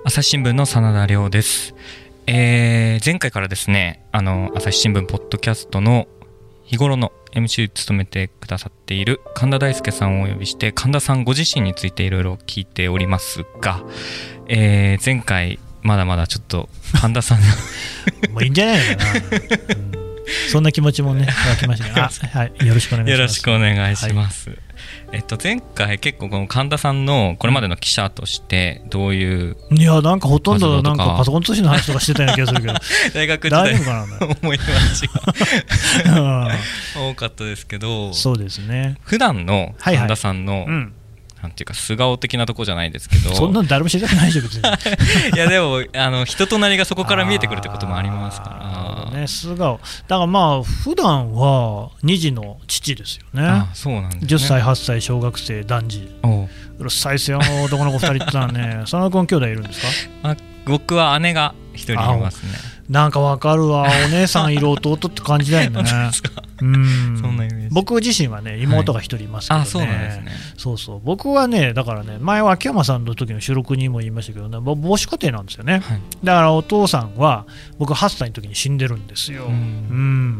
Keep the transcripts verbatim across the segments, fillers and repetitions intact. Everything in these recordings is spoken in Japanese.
朝日新聞の真田亮です。えー、前回からですね、あの朝日新聞ポッドキャストの日頃の エムシー を務めてくださっている神田大輔さんをお呼びして、神田さんご自身についていろいろ聞いておりますが、えー、前回まだまだちょっと神田さんもういいんじゃないのかな、うん、そんな気持ちもね湧きましたね。あ、はい、よろしくお願いします。 よろしくお願いします、はい。えっと、前回結構この神田さんのこれまでの記者としてどういういやなんかほとんどなんかパソコン通信の話とかしてたような気がするけど大学時代大丈夫かな思い出が多かったですけど、 そうですね、 普段の神田さんの、はいはい、うんなんていうか素顔的なとこじゃないですけど、 そんなの誰も知りたくないでしょ別にいやでもあの人となりがそこから見えてくるってこともありますから、 ね、素顔だからまあ普段はに児の父ですよね。 あ、そうなんですね。 じゅっさいはっさい小学生男児、うるさいっすよ男の子ふたりってのはね真田君兄弟いるんですか？ あ、僕は姉がひとりいますね。 なんかわかるわ、お姉さんいる弟って感じだよねうん、 そんなイメージ。 僕自身はね妹がひとりいますけどね、はい、あ、そうなんですね。そうそう、僕はねだからね前は秋山さんの時の収録にも言いましたけどね、母子家庭なんですよね、はい、だからお父さんは僕はっさいの時に死んでるんですよ。うん、うん、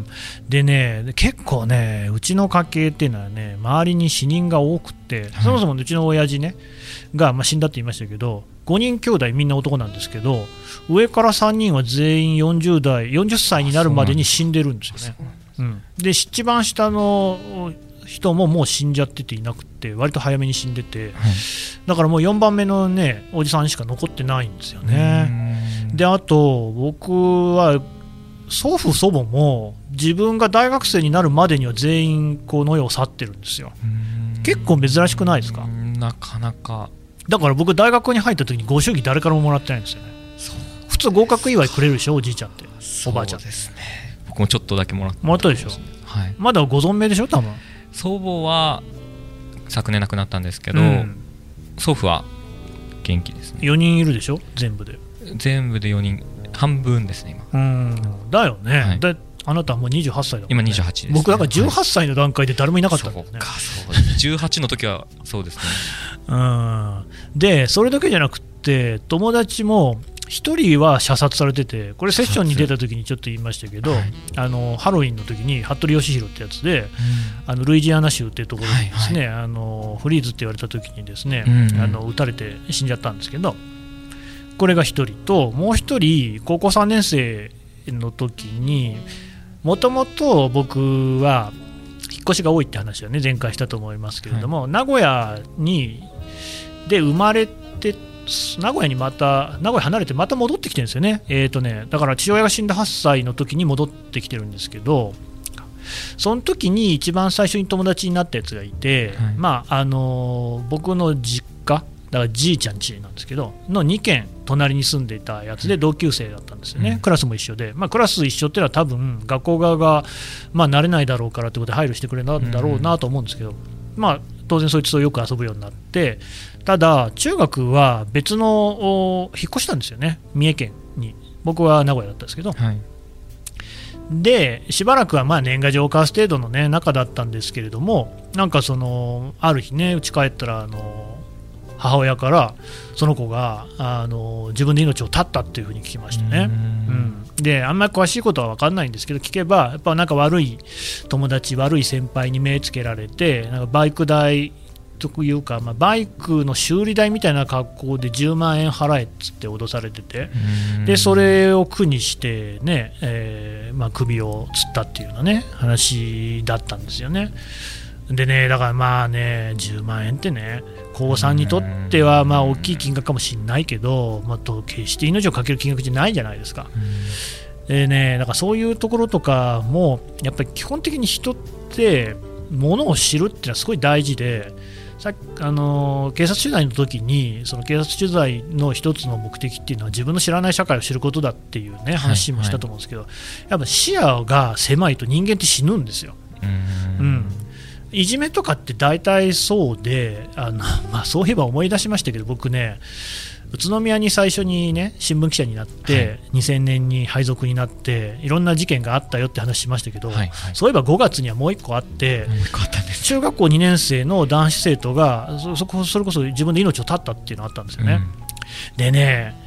でね結構ねうちの家系っていうのはね周りに死人が多くて、はい、そもそもうちの親父ねが、まあ、死んだって言いましたけどごにん兄弟みんな男なんですけど、上からさんにんは全員よんじゅうだいよんじゅっさいになるまでに死んでるんですよね。うん、で一番下の人ももう死んじゃってていなくて割と早めに死んでて、はい、だからもうよんばんめのねおじさんしか残ってないんですよね。であと僕は祖父祖母も自分が大学生になるまでには全員この世を去ってるんですよ。結構珍しくないですか？ なかなか。 だから僕大学に入った時にご祝儀誰からももらってないんですよね。そう普通合格祝いくれるでしょおじいちゃんって、おばあちゃん。 そうですね、僕もちょっとだけもらったもらったでしょ、はい、まだご存命でしょ多分。 祖母は昨年亡くなったんですけど、うん、祖父は元気ですね。 よにんいるでしょ全部で。 全部でよにん、半分ですね今。うんだよね、はい、だあなたはもうにじゅうはっさいだもんね。 今にじゅうはちです、ね、 僕だからじゅうはっさいの段階で誰もいなかったんだよね、 はい、そうかそうじゅうはちの時はそうですねうんでそれだけじゃなくて友達もひとりは射殺されてて、これセッションに出た時にちょっと言いましたけど、はい、あのハロウィンの時に服部義弘ってやつで、うん、あのルイジアナ州っていうところにですね、はいはい、あのフリーズって言われた時にですね、うんうん、あの撃たれて死んじゃったんですけど、これがひとりと、もうひとり高校さんねん生の時にもともと僕は引っ越しが多いって話はね前回したと思いますけれども、はい、名古屋にで生まれて名古屋にまた名古屋離れてまた戻ってきてるんですよね。えーとねだから父親が死んだはっさいの時に戻ってきてるんですけど、その時に一番最初に友達になったやつがいて、はい、まああのー、僕の実家だからじいちゃん家なんですけどのにけん隣に住んでいたやつで同級生だったんですよね、うん、クラスも一緒で、まあ、クラス一緒っていうのは多分学校側が、まあ、慣れないだろうからということで配慮してくれたんだろうなと思うんですけど、うんまあ、当然そいつとよく遊ぶようになって、ただ中学は別の引っ越したんですよね、三重県に。僕は名古屋だったんですけど、はい、でしばらくはまあ年賀状を交わす程度の、ね、仲だったんですけれども、なんかそのある日ね家帰ったらあの母親からその子があの自分で命を絶ったっていうふうに聞きましてね。うん、であんまり詳しいことは分かんないんですけど、聞けばやっぱなんか悪い友達悪い先輩に目つけられて、なんかバイク代というか、まあ、バイクの修理代みたいな格好でじゅうまんえん払えっつって脅されてて、でそれを苦にしてね、えーまあ、首を吊ったっていうようなね話だったんですよね。でねだからまあねじゅうまんえんってねこうさんにとってはまあ大きい金額かもしれないけど、まあ、と決して命をかける金額じゃないじゃないですか。でねだからそういうところとかもやっぱり基本的に人ってものを知るっていうのはすごい大事で、さっきあの警察取材の時にその警察取材の一つの目的っていうのは自分の知らない社会を知ることだっていうね話もしたと思うんですけど、はいはい、やっぱ視野が狭いと人間って死ぬんですよ。うん、うんいじめとかって大体そうで、あの、まあ、そういえば思い出しましたけど、僕ね宇都宮に最初にね新聞記者になって、はい、にせんねんに配属になっていろんな事件があったよって話しましたけど、はいはい、そういえばごがつにはもういっこあって、もういっこあったんです。中学校にねん生の男子生徒が そ, そ, こそれこそ自分で命を絶ったっていうのがあったんですよね。うん、でね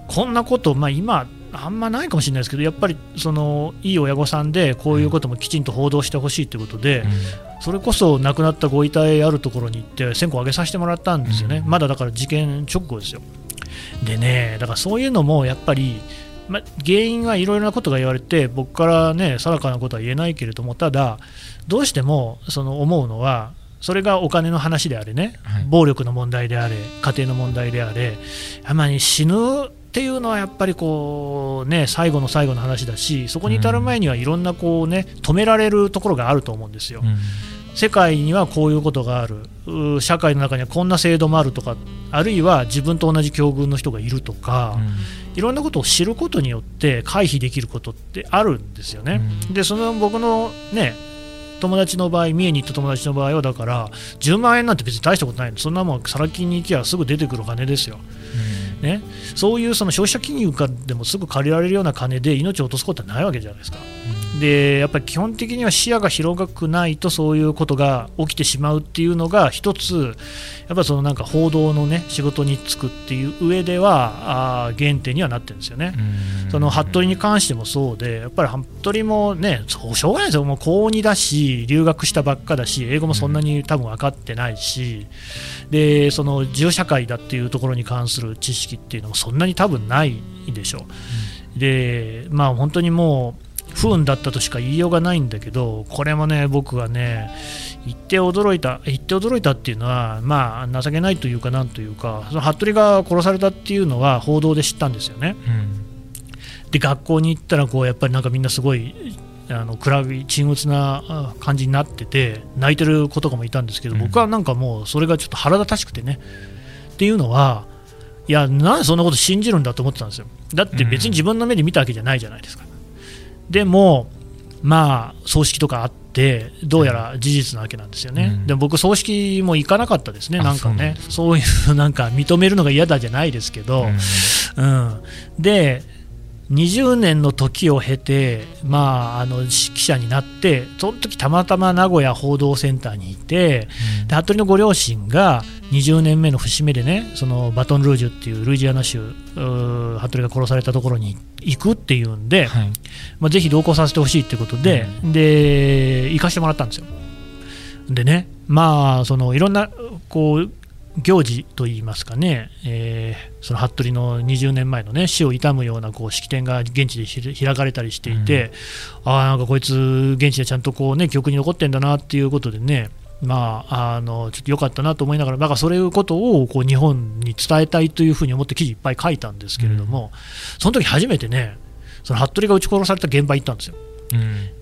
こんなこと、まあ、今あんまないかもしれないですけど、やっぱりそのいい親御さんでこういうこともきちんと報道してほしいということで、うん、それこそ亡くなったご遺体あるところに行って線香をあげさせてもらったんですよね、うん、まだだから事件直後ですよ。でね、だからそういうのもやっぱり、ま、原因はいろいろなことが言われて、僕からね定かなことは言えないけれども、ただどうしてもその思うのは、それがお金の話であれね、はい、暴力の問題であれ、家庭の問題であれ、あまり死ぬっていうのはやっぱりこう、ね、最後の最後の話だし、そこに至る前にはいろんなこう、ね、止められるところがあると思うんですよ、うん、世界にはこういうことがある、社会の中にはこんな制度もあるとか、あるいは自分と同じ境遇の人がいるとか、うん、いろんなことを知ることによって回避できることってあるんですよね、うん、でその僕のね友達の場合、三重に行った友達の場合はだからじゅうまんえんなんて別に大したことないの、そんなもんサラ金に行きゃすぐ出てくる金ですよ、うんね、そういうその消費者金融からでもすぐ借りられるような金で命を落とすことはないわけじゃないですか、うん、でやっぱり基本的には視野が広くないとそういうことが起きてしまうっていうのが一つ、やっぱそのなんか報道の、ね、仕事に就くっていう上ではあ原点にはなってるんですよね、うん、その服部に関してもそうで、やっぱり服部もね、そうしょうがないですよ、もう高にだし留学したばっかだし、英語もそんなに多分分かってないし、でその銃社会だっていうところに関する知識っていうのもそんなに多分ないでしょう、うん、でまあ本当にもう不運だったとしか言いようがないんだけど、これもね僕はね言って驚いた言って驚いたっていうのは、まあ情けないというかなんというか、その服部が殺されたっていうのは報道で知ったんですよね、うん、で学校に行ったらこうやっぱりなんかみんなすごいあの暗い沈鬱な感じになってて泣いてる子とかもいたんですけど、僕はなんかもうそれがちょっと腹立たしくてね、っていうのは、いやなんでそんなこと信じるんだと思ってたんですよ。だって別に自分の目で見たわけじゃないじゃないですか。でもまあ葬式とかあってどうやら事実なわけなんですよね、うん、でも僕葬式も行かなかったですね。なんかね、そういうなんか認めるのが嫌だじゃないですけど、うん、うん、でにじゅうねんの時を経て、まあ、あの記者になって、その時たまたま名古屋報道センターにいて、うん、で服部のご両親がにじゅうねんめの節目でね、そのバトンルージュっていうルイジアナ州、服部が殺されたところに行くっていうんで、はい、まあ、ぜひ同行させてほしいということで、うん、で行かせてもらったんですよ。でね、まあ、そのいろんなこう行事といいますかね、えー、その服部のにじゅうねんまえの、ね、死を悼むようなこう式典が現地で開かれたりしていて、うん、あなんかこいつ現地でちゃんとこう、ね、記憶に残ってんだなっていうことでね、まあ、あのちょっと良かったなと思いながら、なんかそういうことをこう日本に伝えたいというふうに思って記事いっぱい書いたんですけれども、うん、その時初めてね、その服部が撃ち殺された現場行ったんですよ、うん、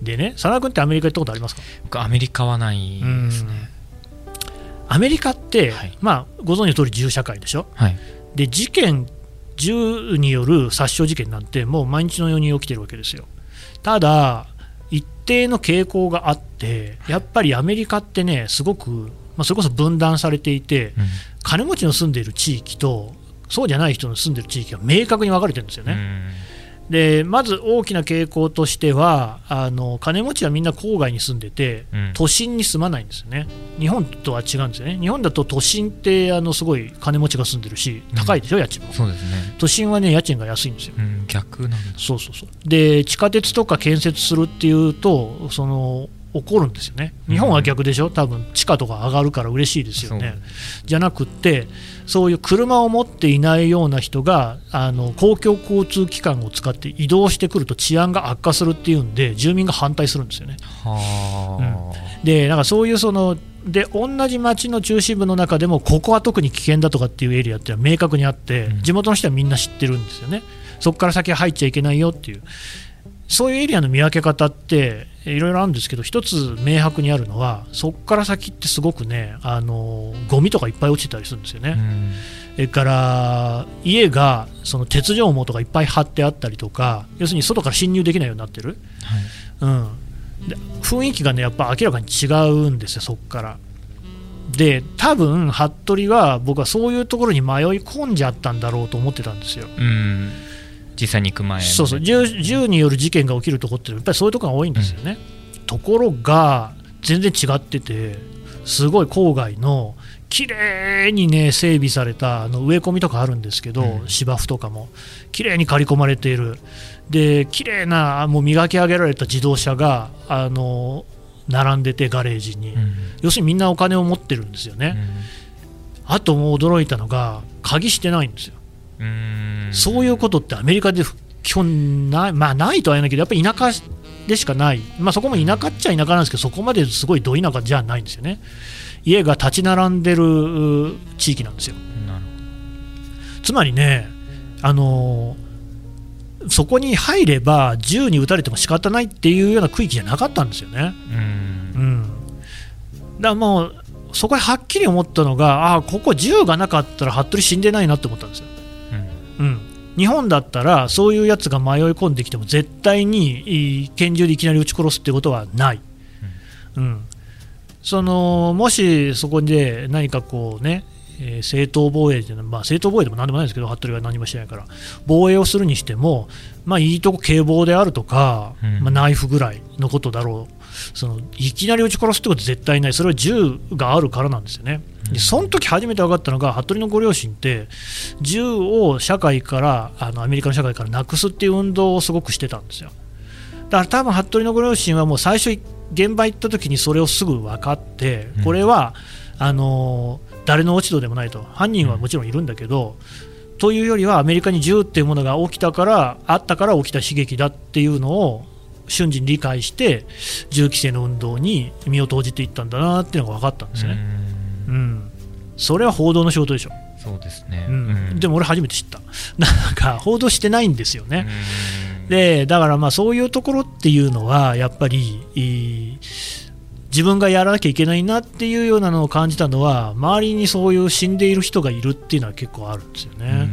でね、佐野君ってアメリカ行ったことありますか？ 僕アメリカはないですね。 アメリカって、はい、まあ、ご存知の通り銃社会でしょ、はい、で事件、銃による殺傷事件なんてもう毎日のように起きてるわけですよ。ただ一定の傾向があって、やっぱりアメリカってねすごく、まあ、それこそ分断されていて、うん、金持ちの住んでいる地域とそうじゃない人の住んでいる地域が明確に分かれてるんですよね。でまず大きな傾向としては、あの金持ちはみんな郊外に住んでて、うん、都心に住まないんですよね。日本とは違うんですよね。日本だと都心ってあのすごい金持ちが住んでるし高いでしょ、うん、家賃も。そうですね。都心はね家賃が安いんですよ、うん、逆なんです。そうそうそう。で地下鉄とか建設するっていうとその起こるんですよね。日本は逆でしょ、うん、多分地価とか上がるから嬉しいですよね。じゃなくってそういう車を持っていないような人があの公共交通機関を使って移動してくると治安が悪化するっていうんで住民が反対するんですよね。は、うん、でなんかそういうそので同じ町の中心部の中でもここは特に危険だとかっていうエリアってのは明確にあって、うん、地元の人はみんな知ってるんですよね。そこから先は入っちゃいけないよっていう、そういうエリアの見分け方っていろいろあるんですけど、一つ明白にあるのはそこから先ってすごくね、あのゴミとかいっぱい落ちてたりするんですよね。それから家がその鉄条網とかいっぱい張ってあったりとか、要するに外から侵入できないようになってる、はい、うん、で雰囲気がねやっぱ明らかに違うんですよ、そこから。で多分服部は僕はそういうところに迷い込んじゃったんだろうと思ってたんですよ。うん、実際に行く前、ね、そうそう 銃, 銃による事件が起きるところってやっぱりそういうところが多いんですよね、うん、ところが全然違ってて、すごい郊外の綺麗にね整備されたあの植え込みとかあるんですけど、 うん、 芝生とかも綺麗に刈り込まれている。で綺麗なもう磨き上げられた自動車があの並んでてガレージに、うん、要するにみんなお金を持ってるんですよね、うん、あともう驚いたのが鍵してないんですよ。うーん、そういうことってアメリカで基本ない、まあないとは言えないけどやっぱり田舎でしかない、まあ、そこも田舎っちゃ田舎なんですけどそこまですごいど田舎じゃないんですよね。家が立ち並んでる地域なんですよ。なるほど。つまりねあのそこに入れば銃に撃たれても仕方ないっていうような区域じゃなかったんですよね。うん、うん、だからもうそこではっきり思ったのがあここ銃がなかったら服部死んでないなって思ったんですよ。うん、うん、日本だったらそういうやつが迷い込んできても絶対に拳銃でいきなり撃ち殺すってことはない、うんうん、そのもしそこで何かこうねえー、正当防衛というのは、まあ、正当防衛でも何でもないですけど服部は何もしてないから防衛をするにしても、まあ、いいとこ警棒であるとか、うんまあ、ナイフぐらいのことだろう。そのいきなり撃ち殺すってことは絶対ない。それは銃があるからなんですよね。でその時初めて分かったのが服部のご両親って銃を社会からあのアメリカの社会からなくすっていう運動をすごくしてたんですよ。だから多分服部のご両親はもう最初現場行った時にそれをすぐ分かってこれは、うん、あの誰の落ち度でもないと。犯人はもちろんいるんだけど、うん、というよりはアメリカに銃っていうものが起きたからあったから起きた悲劇だっていうのを瞬時に理解して銃規制の運動に身を投じていったんだなっていうのが分かったんですよね。うん、うん、それは報道の仕事でしょ。 そうですね、 うんうん、でも俺初めて知った。なんか報道してないんですよね。でだからまあそういうところっていうのはやっぱり自分がやらなきゃいけないなっていうようなのを感じたのは周りにそういう死んでいる人がいるっていうのは結構あるんですよね。うんうん、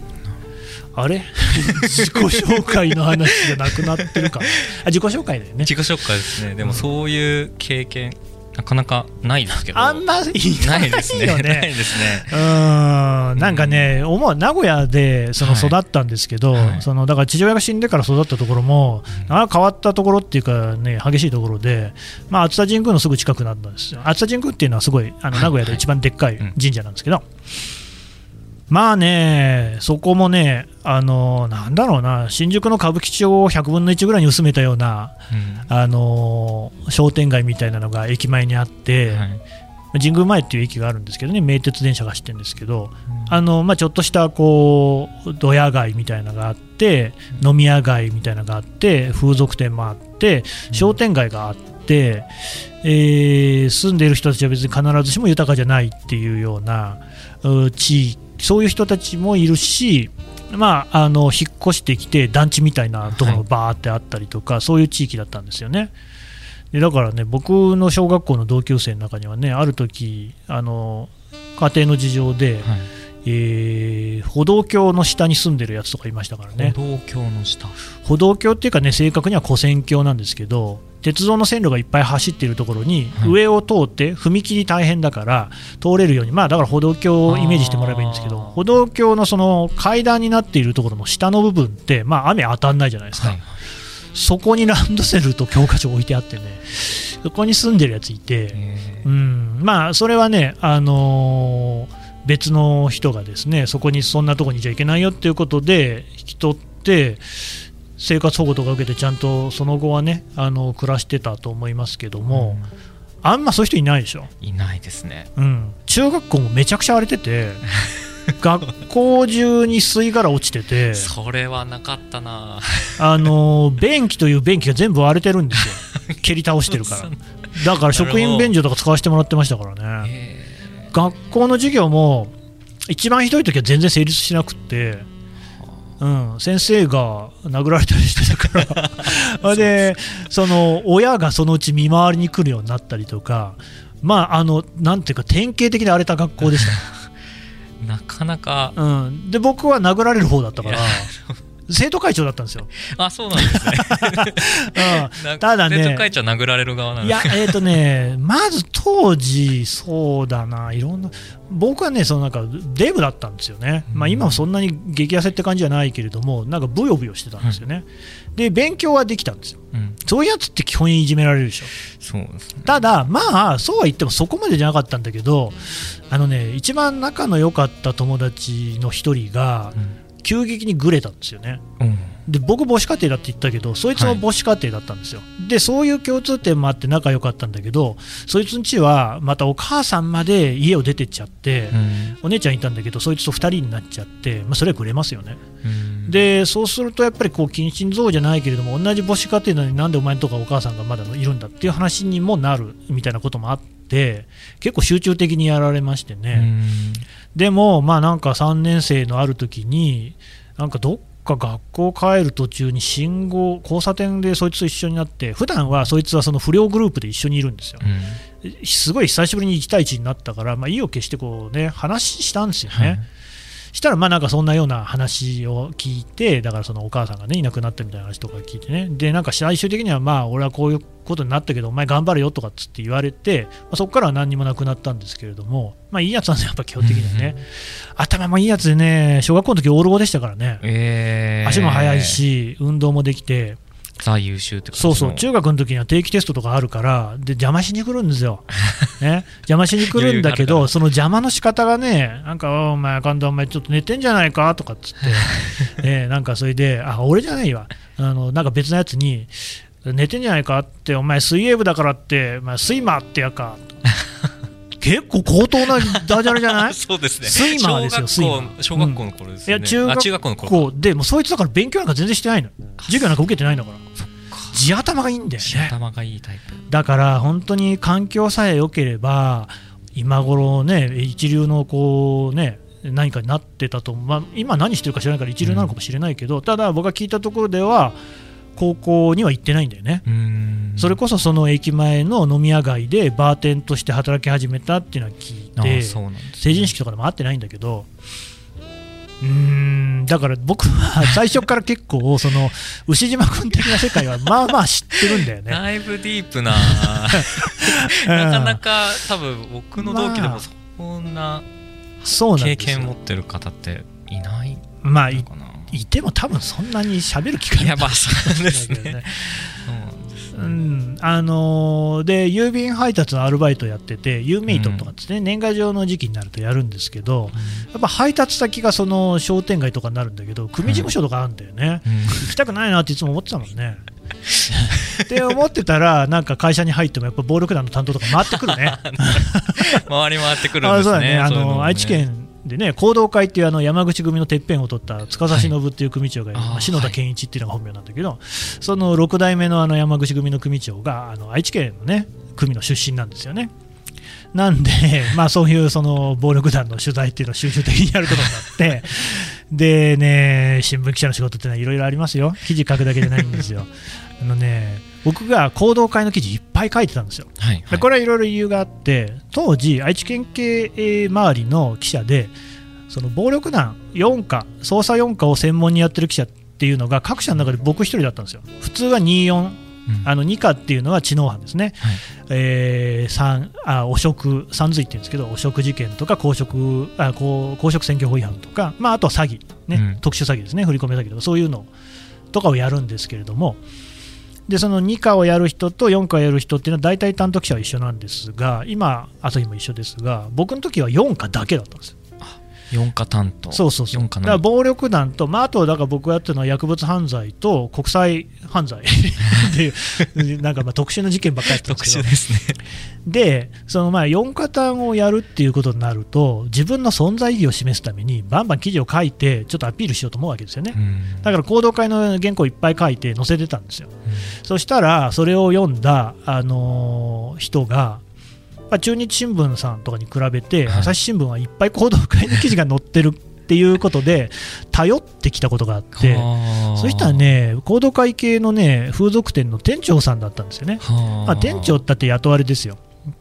あれ自己紹介の話じゃなくなってるか。あ自己紹介だよね。 自己紹介ですね。でもそういう経験、うん、なかなかないですけどあんまりないですね。ないですね。 うんなんかね思う名古屋でその育ったんですけど、はい、そのだから父親が死んでから育ったところも、うん、あ変わったところっていうかね激しいところで、まあ、熱田神宮のすぐ近くなんですよ。熱田神宮っていうのはすごいあの名古屋で一番でっかい神社なんですけど、はいはいうんまあね、そこもね、あのなんだろうな、新宿の歌舞伎町をひゃくぶんのいちぐらいに薄めたような、うん、あの商店街みたいなのが駅前にあって、はい、神宮前っていう駅があるんですけどね、名鉄電車が走ってるんですけど、うんあのまあ、ちょっとしたこうドヤ街みたいなのがあって、うん、飲み屋街みたいなのがあって、風俗店もあって、商店街があって、うんえー、住んでいる人たちは別に必ずしも豊かじゃないっていうような地域、そういう人たちもいるし、まあ、あの引っ越してきて団地みたいなところがバーってあったりとか、はい、そういう地域だったんですよね。でだからね僕の小学校の同級生の中にはねある時あの家庭の事情で、はいえー、歩道橋の下に住んでるやつとかいましたからね。 歩道橋の下歩道橋っていうかね正確には跨線橋なんですけど鉄道の線路がいっぱい走っているところに上を通って踏切大変だから通れるように、まあだから歩道橋をイメージしてもらえばいいんですけど歩道橋のその階段になっているところの下の部分ってまあ雨当たんないじゃないですか、はい、そこにランドセルと教科書置いてあってねそこに住んでるやついて、うんまあそれはねあのー、別の人がですねそこにそんなとこにいちゃいけないよっていうことで引き取って生活保護とか受けてちゃんとその後はねあの暮らしてたと思いますけども、うん、あんまそういう人いないでしょ。 いないですね、 うん、中学校もめちゃくちゃ荒れてて学校中に吸い殻落ちててそれはなかったなあの便器という便器が全部割れてるんですよ蹴り倒してるからだから職員便所とか使わせてもらってましたからね。学校の授業も一番ひどい時は全然成立しなくってうん、先生が殴られたりしてたからでその親がそのうち見回りに来るようになったりとか、まあ、あのなんていうか典型的に荒れた学校でしたなかなか、 うん、で僕は殴られる方だったから生徒会長だったんですよ。 あ、そうなんですね。 うん、ただね、 生徒会長は殴られる側なんですか。 いや、えーとね、まず当時、そうだな、いろんな、僕はね、そのなんかデブだったんですよね、まあ、今はそんなに激痩せって感じじゃないけれども、なんかブヨブヨしてたんですよね、うん、で勉強はできたんですよ、うん、そういうやつって基本いじめられるでしょ。 そうですね、 ただ、まあ、そうは言ってもそこまでじゃなかったんだけど、あのね、一番仲の良かった友達の一人が、急激にグレたんですよね。うんで僕、母子家庭だって言ったけど、そいつも母子家庭だったんですよ、はい、でそういう共通点もあって仲良かったんだけど、そいつんちはまたお母さんまで家を出てっちゃって、うん、お姉ちゃんいたんだけど、そいつとふたりになっちゃって、まあ、それはグレますよね、うん、でそうするとやっぱりこう近親憎悪じゃないけれども、同じ母子家庭なのになんでお前とかお母さんがまだいるんだっていう話にもなるみたいなこともあって、結構集中的にやられましてね、うん、でもまあなんかさんねん生のある時になんかどっ学校帰る途中に信号交差点でそいつと一緒になって、普段はそいつはその不良グループで一緒にいるんですよ、うん、すごい久しぶりにいち対いちになったから、まあ、意を決してこう、ね、話したんですよね、はい、したらまあなんかそんなような話を聞いて、だからそのお母さんが、ね、いなくなったみたいな話とか聞いてね、でなんか最終的にはまあ俺はこういうことになったけどお前頑張れよとかっつって言われて、まあ、そこからは何にもなくなったんですけれども、まあいいやつなんですよ、やっぱ基本的にはね、うん、頭もいいやつでね、小学校の時オールごでしたからね、えー、足も速いし運動もできて、 さあ優秀って感じ。 そうそう、中学の時には定期テストとかあるからで邪魔しに来るんですよ、ね、邪魔しに来るんだけどその邪魔の仕方がね、なんかお前神田お前ちょっと寝てんじゃないかとかっつって、ね、なんかそれであ俺じゃないわ、あのなんか別のやつに寝てんじゃないかって、お前水泳部だからって、まあ、スイマーってやか結構高等なダジャレじゃないそうですね、 スイマーですよ、スイマー。 小学校の頃ですよね、 うん、いや中学校、中学校の頃でもうそいつだから勉強なんか全然してないの、授業なんか受けてないんだから、地頭がいいんだよね。 地頭がいいタイプだから本当に環境さえ良ければ今頃ね一流のこうね何かになってたと、まあ、今何してるか知らないから一流なのかもしれないけど、うん、ただ僕が聞いたところでは高校には行ってないんだよね。うーん、それこそその駅前の飲み屋街でバーテンとして働き始めたっていうのは聞いて、そうなんですね、成人式とかでも会ってないんだけど、うーんだから僕は最初から結構その牛島君的な世界はまあまあ知ってるんだよね。 だいぶディープななかなか多分僕の同期でもそんな経験持ってる方っていないのかな。 まあいいても多分そんなに喋る機会ない。 いやまあそうですね。 うん、あのー、で郵便配達のアルバイトやってて、ユーメイトとかですね、うん、年賀状の時期になるとやるんですけど、うん、やっぱ配達先がその商店街とかになるんだけど、組事務所とかあるんだよね、うん、行きたくないなっていつも思ってたもんねって思ってたら、なんか会社に入ってもやっぱ暴力団の担当とか回ってくるね回り回ってくるんですね。あ、そうだね、 あのね、愛知県でね、行動会っていうあの山口組のてっぺんを取った司忍っていう組長がいる、はい、篠田健一っていうのが本名なんだけど、はい、そのろく代目のあの山口組の組長があの愛知県のね組の出身なんですよね。なんで、まあ、そういうその暴力団の取材っていうのを集中的にやることになってでね、新聞記者の仕事っていうのはいろいろありますよ。記事書くだけじゃないんですよあのね、僕が行動会の記事いっぱい書いてたんですよ、はいはい、でこれはいろいろ理由があって、当時愛知県警周りの記者でその暴力団よん課、捜査よん課を専門にやってる記者っていうのが各社の中で僕一人だったんですよ。普通はにじゅうよん、うん、あのに課っていうのは知能犯ですね、はい、えー、さんあ汚職さん随っていうんですけど、汚職事件とか公職あ公公職選挙法違反とか、まあ、あとは詐欺、ね、うん、特殊詐欺ですね、振り込め詐欺とかそういうのとかをやるんですけれども、でそのに課をやる人とよん課をやる人っていうのは大体担当記者は一緒なんですが、今朝日も一緒ですが、僕の時はよん課だけだったんですよ。 よん課担当。 そうそうそう。だから暴力団と、まあ、あとだから僕がやってるのは薬物犯罪と国際犯罪っていうなんかまあ特殊な事件ばっかりやってるんですけど特殊ですね。 でそのまあよん課担をやるっていうことになると、自分の存在意義を示すためにバンバン記事を書いてちょっとアピールしようと思うわけですよね。だから行動会の原稿をいっぱい書いて載せてたんですよ。そしたらそれを読んだ、あのー、人が中日新聞さんとかに比べて朝日新聞はいっぱい行動会の記事が載ってるっていうことで頼ってきたことがあって、そしたらね、行動会系のね風俗店の店長さんだったんですよね。まあ、店長だって雇われですよ。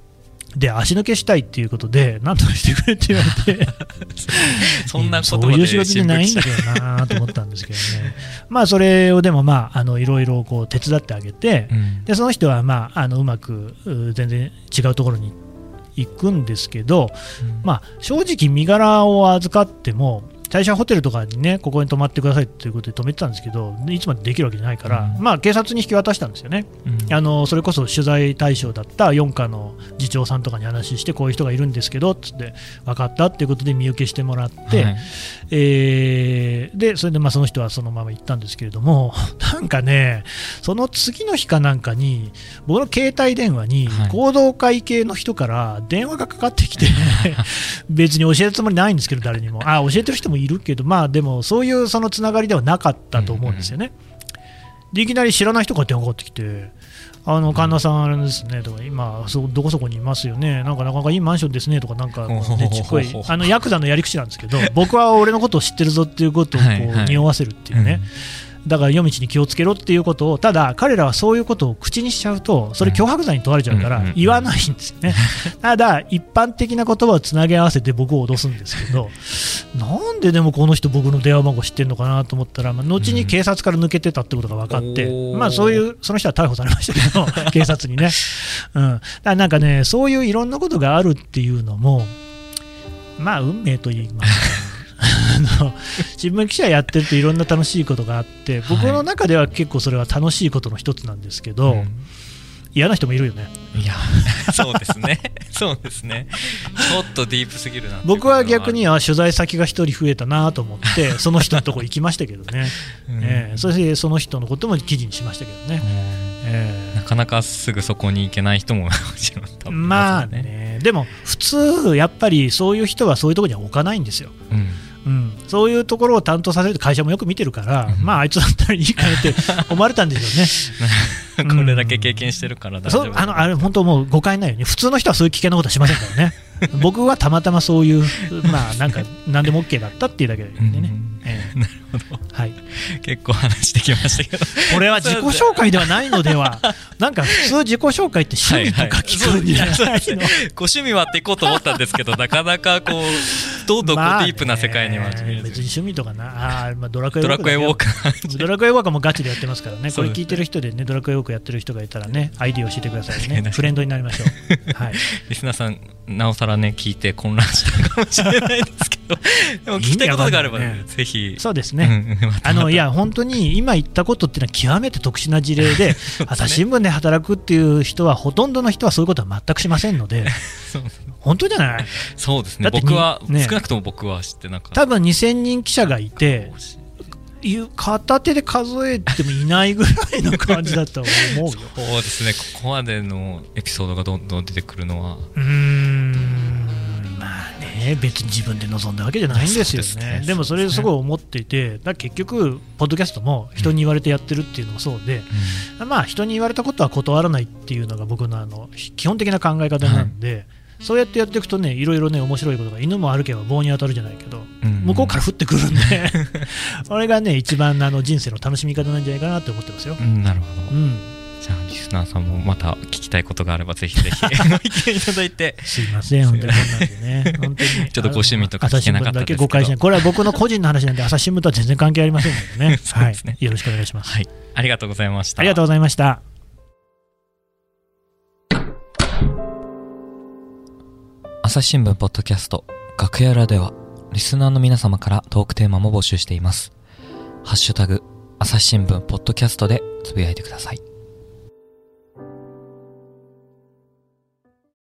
で足抜けしたいっていうことで何とかしてくれって言われてそんなことまでそういう仕事じゃないんだけどなと思ったんですけどねまあそれをでもまああのいろいろこう手伝ってあげて、うん、でその人はまああのうまく全然違うところに行くんですけど、うん、まあ正直身柄を預かっても最初はホテルとかにねここに泊まってくださいということで泊めてたんですけどいつまでできるわけじゃないから、うんまあ、警察に引き渡したんですよね、うん、あのそれこそ取材対象だったよん課の次長さんとかに話してこういう人がいるんですけどつって分かったということで身請けしてもらって、はいえー、でそれでまあその人はそのまま行ったんですけれどもなんかねその次の日かなんかに僕の携帯電話に合同会系の人から電話がかかってきて、はい、別に教えるつもりないんですけど誰にもあ教えてる人もいるけど、まあ、でもそういうそのつながりではなかったと思うんですよね、うんうん、でいきなり知らない人から電話かかってきてあの神田さんあれですねとか今そどこそこにいますよねなんかなかなかいいマンションですねとかなんか、ね、ちっこいあのヤクザのやり口なんですけど僕は俺のことを知ってるぞっていうことをこうはい、はい、匂わせるっていうね、うん、だから夜道に気をつけろっていうことをただ彼らはそういうことを口にしちゃうとそれ脅迫罪に問われちゃうから言わないんですよねただ一般的な言葉をつなぎ合わせて僕を脅すんですけどなんででもこの人僕の電話番号知ってるのかなと思ったら、まあ、後に警察から抜けてたってことが分かって、うんまあ、そういうその人は逮捕されましたけど警察にね、うん、だからなんかねそういういろんなことがあるっていうのもまあ運命と言いますかあの新聞記者やってるといろんな楽しいことがあって僕の中では結構それは楽しいことの一つなんですけど、はいうん、嫌な人もいるよねいやそうですねそうですねちょっとディープすぎるな僕は逆には取材先が一人増えたなと思ってその人のところ行きましたけどね、うんえー、そしてその人のことも記事にしましたけどね、 えー、なかなかすぐそこに行けない人ももちろん多分まあねでも普通やっぱりそういう人はそういうところには置かないんですよ、うんうん、そういうところを担当させる会社もよく見てるから、うん、まああいつだったらいいかなって思われたんでしょうねこれだけ経験してるから大丈夫、 うん、あのあれ本当もう誤解ないように普通の人はそういう危険なことはしませんからね僕はたまたまそういうまあなんか何でも OK だったっていうだけでね、うんえー、 なるほど、 はい、 結構話してきましたけどこれは自己紹介ではないのではなんか普通自己紹介って趣味とか聞くんじゃないの、はいはい、 ご趣味はっていこうと思ったんですけどなかなかこうどんどんこうディープな世界には、 まあね、別に趣味とかなあ、まあ、ドラクエウォーカードラクエウォーカーもガチでやってますからねこれ聞いてる人でねドラクエウォーカーやってる人がいたらねアイディア教えてくださいねフレンドになりましょう、はい、 リスナーさんなおさらね聞いて混乱したかもしれないですけどでも聞きたいことがあれば、ね、ぜひそうですね、うん、またまたあのいや本当に今言ったことっていうのは極めて特殊な事例で朝日新聞で働くっていう人はほとんどの人はそういうことは全くしませんので本当じゃないそうですね僕は、ね、少なくとも僕は知ってなかった多分にせんにん記者がいて片手で数えてもいないぐらいの感じだったと思うよそうですねここまでのエピソードがどんどん出てくるのはうーんまあね別に自分で望んだわけじゃないんですよ ね, で, ねでもそれすごい思っていてだ結局ポッドキャストも人に言われてやってるっていうのもそうで、うん、まあ人に言われたことは断らないっていうのが僕 の, あの基本的な考え方なんで、はいそうやってやっていくとねいろいろね面白いことが犬も歩けば棒に当たるじゃないけど、うんうん、向こうから降ってくるんでそれがね一番あの人生の楽しみ方なんじゃないかなと思ってますよ、 うん、なるほど、うん、じゃあリスナーさんもまた聞きたいことがあればぜひぜひご意見いただいてすいません本当にこんなんでね本当にちょっとご趣味とか聞けなかったですけど朝日新聞だけ誤解しないこれは僕の個人の話なんで朝日新聞とは全然関係ありませんのでねそうですね、はい、よろしくお願いします、 はい、ありがとうございましたありがとうございました朝日新聞ポッドキャスト楽屋裏ではリスナーの皆様からトークテーマも募集しています。ハッシュタグ朝日新聞ポッドキャストでつぶやいてください。